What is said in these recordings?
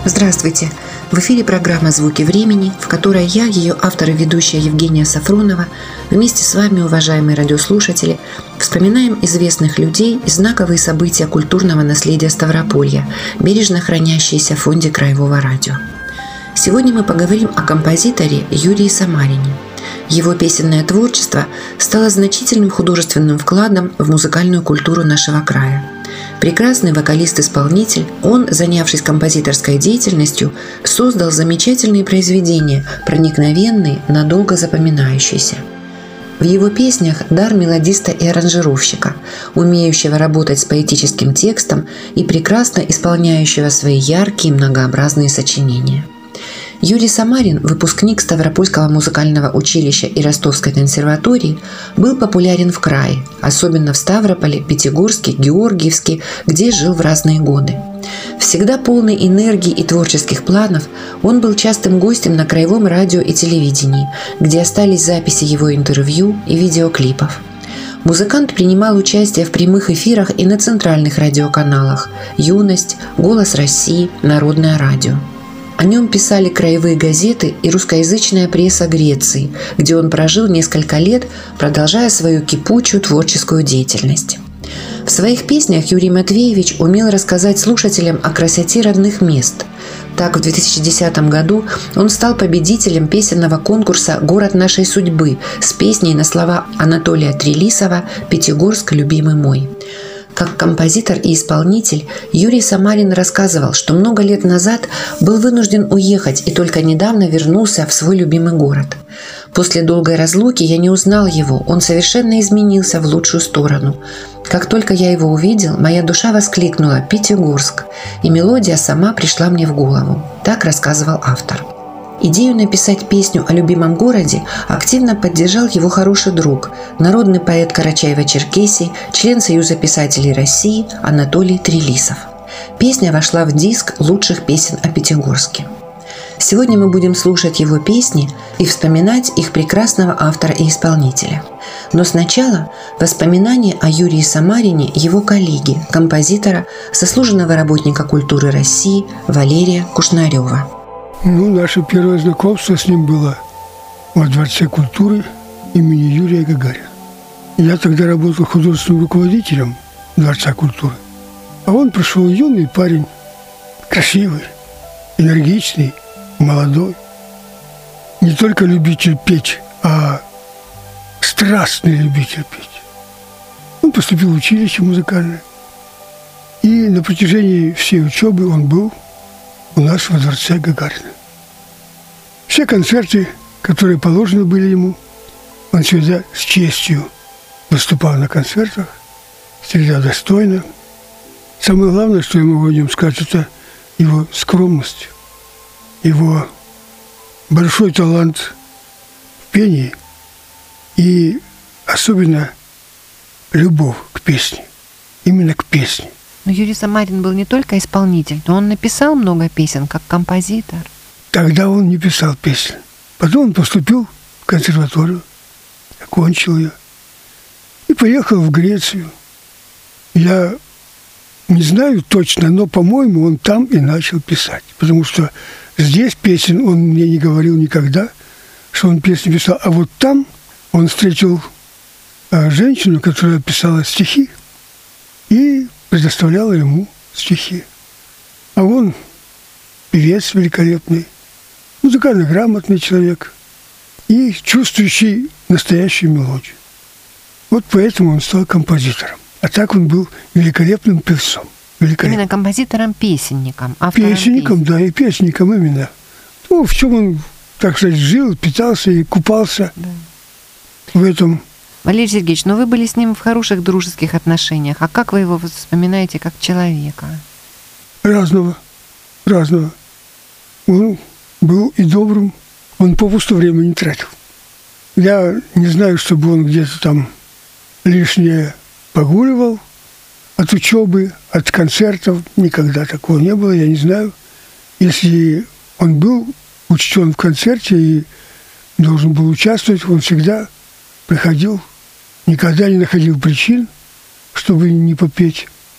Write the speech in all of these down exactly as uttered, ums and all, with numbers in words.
Здравствуйте! В эфире программа «Звуки времени», в которой я, ее автор и ведущая Евгения Сафронова, вместе с вами, уважаемые радиослушатели, вспоминаем известных людей и знаковые события культурного наследия Ставрополья, бережно хранящиеся в фонде Краевого радио. Сегодня мы поговорим о композиторе Юрии Самарине. Его песенное творчество стало значительным художественным вкладом в музыкальную культуру нашего края. Прекрасный вокалист-исполнитель, он, занявшись композиторской деятельностью, создал замечательные произведения, проникновенные, надолго запоминающиеся. В его песнях дар мелодиста и аранжировщика, умеющего работать с поэтическим текстом и прекрасно исполняющего свои яркие многообразные сочинения. Юрий Самарин, выпускник Ставропольского музыкального училища и Ростовской консерватории, был популярен в крае, особенно в Ставрополе, Пятигорске, Георгиевске, где жил в разные годы. Всегда полный энергии и творческих планов, он был частым гостем на краевом радио и телевидении, где остались записи его интервью и видеоклипов. Музыкант принимал участие в прямых эфирах и на центральных радиоканалах «Юность», «Голос России», «Народное радио». О нем писали краевые газеты и русскоязычная пресса Греции, где он прожил несколько лет, продолжая свою кипучую творческую деятельность. В своих песнях Юрий Матвеевич умел рассказать слушателям о красоте родных мест. Так, в две тысячи десятом году он стал победителем песенного конкурса «Город нашей судьбы» с песней на слова Анатолия Трелисова «Пятигорск, любимый мой». Как композитор и исполнитель, Юрий Самарин рассказывал, что много лет назад был вынужден уехать и только недавно вернулся в свой любимый город. После долгой разлуки я не узнал его, он совершенно изменился в лучшую сторону. Как только я его увидел, моя душа воскликнула «Пятигорск», и мелодия сама пришла мне в голову. Так рассказывал автор. Идею написать песню о любимом городе активно поддержал его хороший друг, народный поэт Карачаево-Черкесии, член Союза писателей России Анатолий Трелисов. Песня вошла в диск лучших песен о Пятигорске. Сегодня мы будем слушать его песни и вспоминать их прекрасного автора и исполнителя. Но сначала воспоминания о Юрии Самарине его коллеги, композитора, заслуженного работника культуры России Валерия Кушнарева. Ну, наше первое знакомство с ним было во Дворце культуры имени Юрия Гагарина. Я тогда работал художественным руководителем Дворца культуры. А он пришел юный парень, красивый, энергичный, молодой. Не только любитель петь, а страстный любитель петь. Он поступил в училище музыкальное. И на протяжении всей учебы он был у нас во Дворце Гагарина. Все концерты, которые положены были ему, он всегда с честью выступал на концертах, всегда достойно. Самое главное, что я могу о нем сказать, это его скромность, его большой талант в пении и особенно любовь к песне, именно к песне. Но Юрий Самарин был не только исполнитель, но он написал много песен как композитор. Тогда он не писал песен. Потом он поступил в консерваторию, окончил ее и поехал в Грецию. Я не знаю точно, но, по-моему, он там и начал писать. Потому что здесь песен он мне не говорил никогда, что он песни писал. А вот там он встретил женщину, которая писала стихи, и предоставляла ему стихи. А он певец великолепный, музыкально грамотный человек и чувствующий настоящую мелодию. Вот поэтому он стал композитором. А так он был великолепным певцом. Великолепным. Именно композитором-песенником, автором Песенником, песен. да, и песенником именно. Ну, в чем он, так сказать, жил, питался и купался, да, в этом. Валерий Сергеевич, но вы были с ним в хороших дружеских отношениях. А как вы его вспоминаете как человека? Разного. Разного. Он был и добрым. Он попусту время не тратил. Я не знаю, чтобы он где-то там лишнее погуливал от учебы, от концертов. Никогда такого не было, я не знаю. Если он был учтен в концерте и должен был участвовать, он всегда приходил, никогда не находил причин, чтобы не попеть.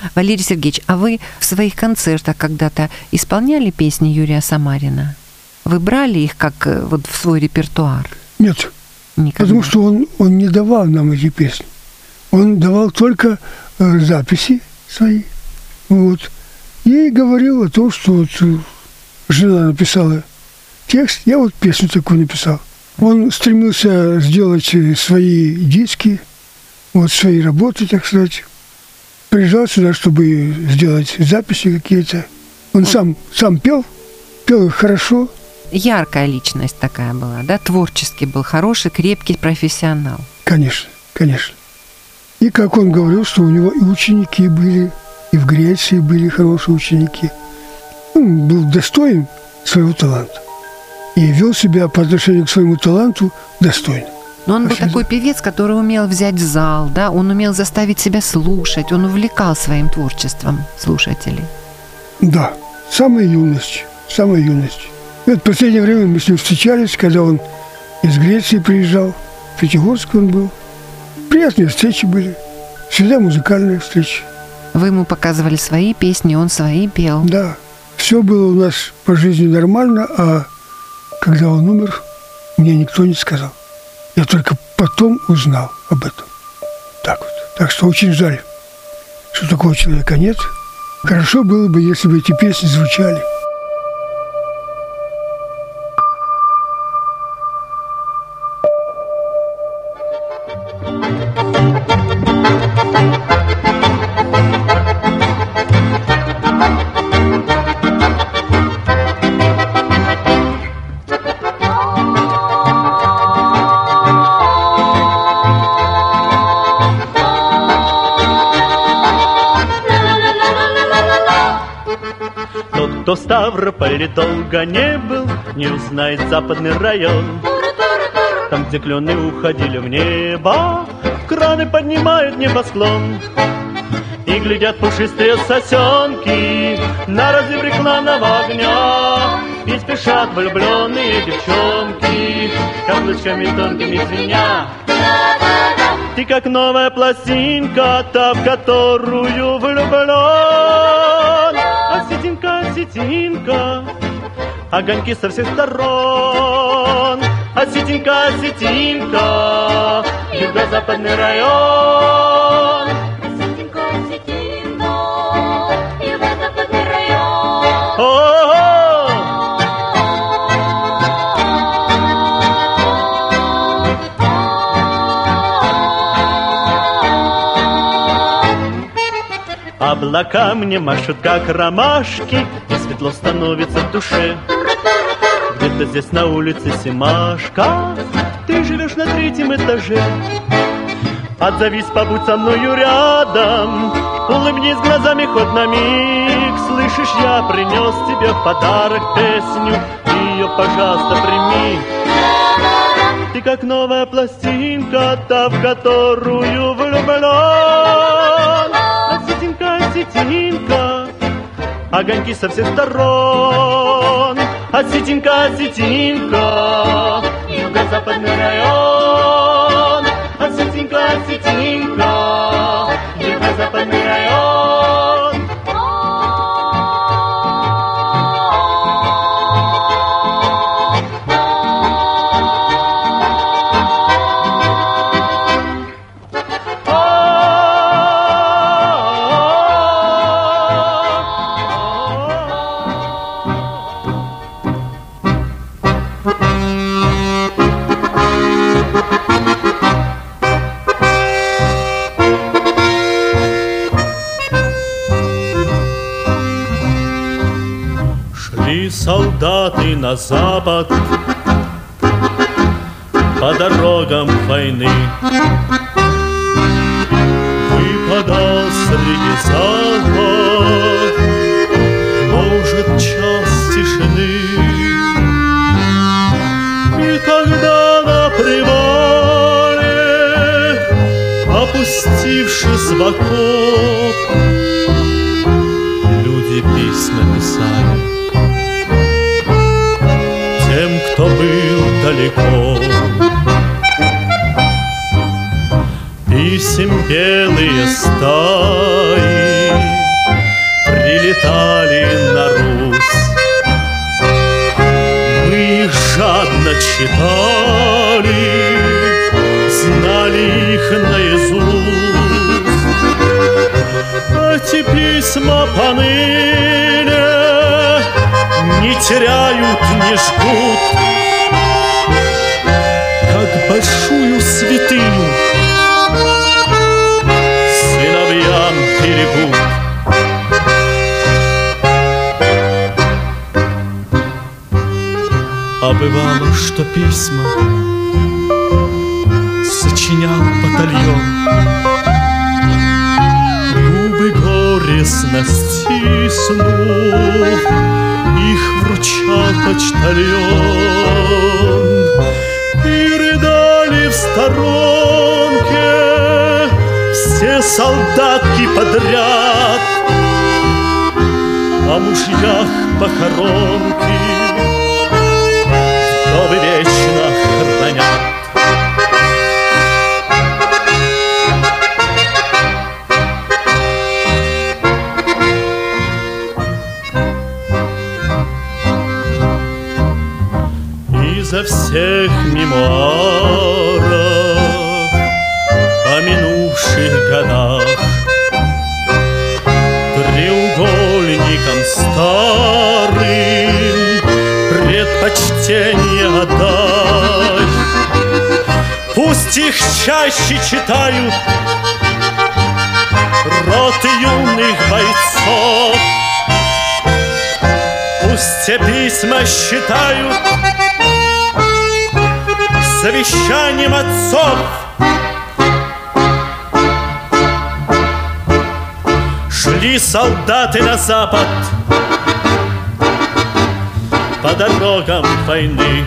Валерий Сергеевич, а вы в своих концертах когда-то исполняли песни Юрия Самарина? Вы брали их как вот в свой репертуар? Нет. Никогда. Потому что он, он не давал нам эти песни. Он давал только э, записи свои. Вот. И говорил о том, что вот жена написала текст, я вот песню такую написал. Он стремился сделать свои диски, вот свои работы, так сказать. Приезжал сюда, чтобы сделать записи какие-то. Он сам, сам пел, пел их хорошо. Яркая личность такая была, да? Творческий был, хороший, крепкий профессионал. Конечно, конечно. И как он говорил, что у него и ученики были, и в Греции были хорошие ученики. Он был достоин своего таланта. И вел себя по отношению к своему таланту достойно. Но он был такой певец, который умел взять зал, да? Он умел заставить себя слушать, он увлекал своим творчеством слушателей. Да, с самой юности, с самой юности. И вот в последнее время мы с ним встречались, когда он из Греции приезжал, в Пятигорске он был. Приятные встречи были, всегда музыкальные встречи. Вы ему показывали свои песни, он свои пел. Да, все было у нас по жизни нормально, а когда он умер, мне никто не сказал. Я только потом узнал об этом. Так вот. Так что очень жаль, что такого человека нет. Хорошо было бы, если бы эти песни звучали. Кто в Ставрополе долго не был, не узнает западный район. Там, где клены уходили в небо, краны поднимают небосклон. И глядят пушистые сосенки на разрыв рекламного огня. И спешат влюбленные девчонки каблучками тонкими звеня. Ты как новая пластинка, та, в которую влюблен. Осетинка, осетинка, огоньки со всех сторон. Осетинка, осетинка, юго-западный район. Осетинка, осетинка, юго-западный район. О-о-о! Облака мне машут, как ромашки, и светло становится в душе. Где-то здесь на улице Семашка, ты живешь на третьем этаже. Отзовись, побудь со мною рядом, улыбнись глазами хоть на миг. Слышишь, я принес тебе в подарок песню, ее, пожалуйста, прими. Ты как новая пластинка, та, в которую влюблен. Осетинка, осетинка, огоньки со всех сторон. Осетинка, осетинка, юго-западный район. Осетинка, осетинка, юго-западный район. Солдаты на запад по дорогам войны. Выпадал среди зала, может, час тишины. И тогда на привале, опустившись в окоп, люди письма писали тем, кто был далеко. Писем белые стаи прилетали на Русь. Мы их жадно читали, знали их наизусть. Эти письма поныне не теряют, не жгут, как большую святыню сыновьям берегут. А бывало, что письма сочинял батальон, губы горестно стиснув, их вручал почтальон. И рыдали в сторонке все солдатки подряд, о мужьях похоронки вдовы вечно хранят. За всех мемуаров о минувших годах треугольникам старым предпочтение отдай. Пусть их чаще читают роты юных бойцов, пусть те письма считают завещанием отцов. Шли солдаты на запад по дорогам войны.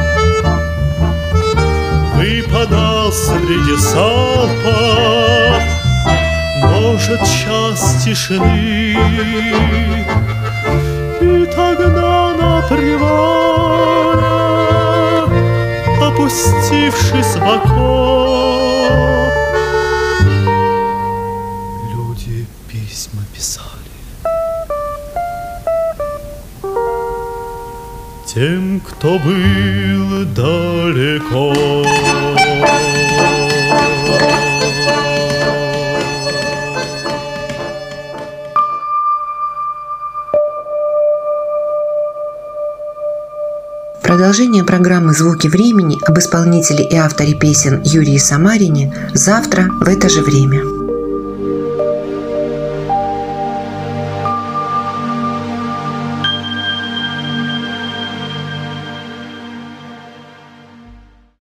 Выпадал среди залпов, может, час тишины, и тогда на привале, опустившись в окоп, люди письма писали тем, кто был далеко. Продолжение программы «Звуки времени» об исполнителе и авторе песен Юрии Самарине завтра в это же время.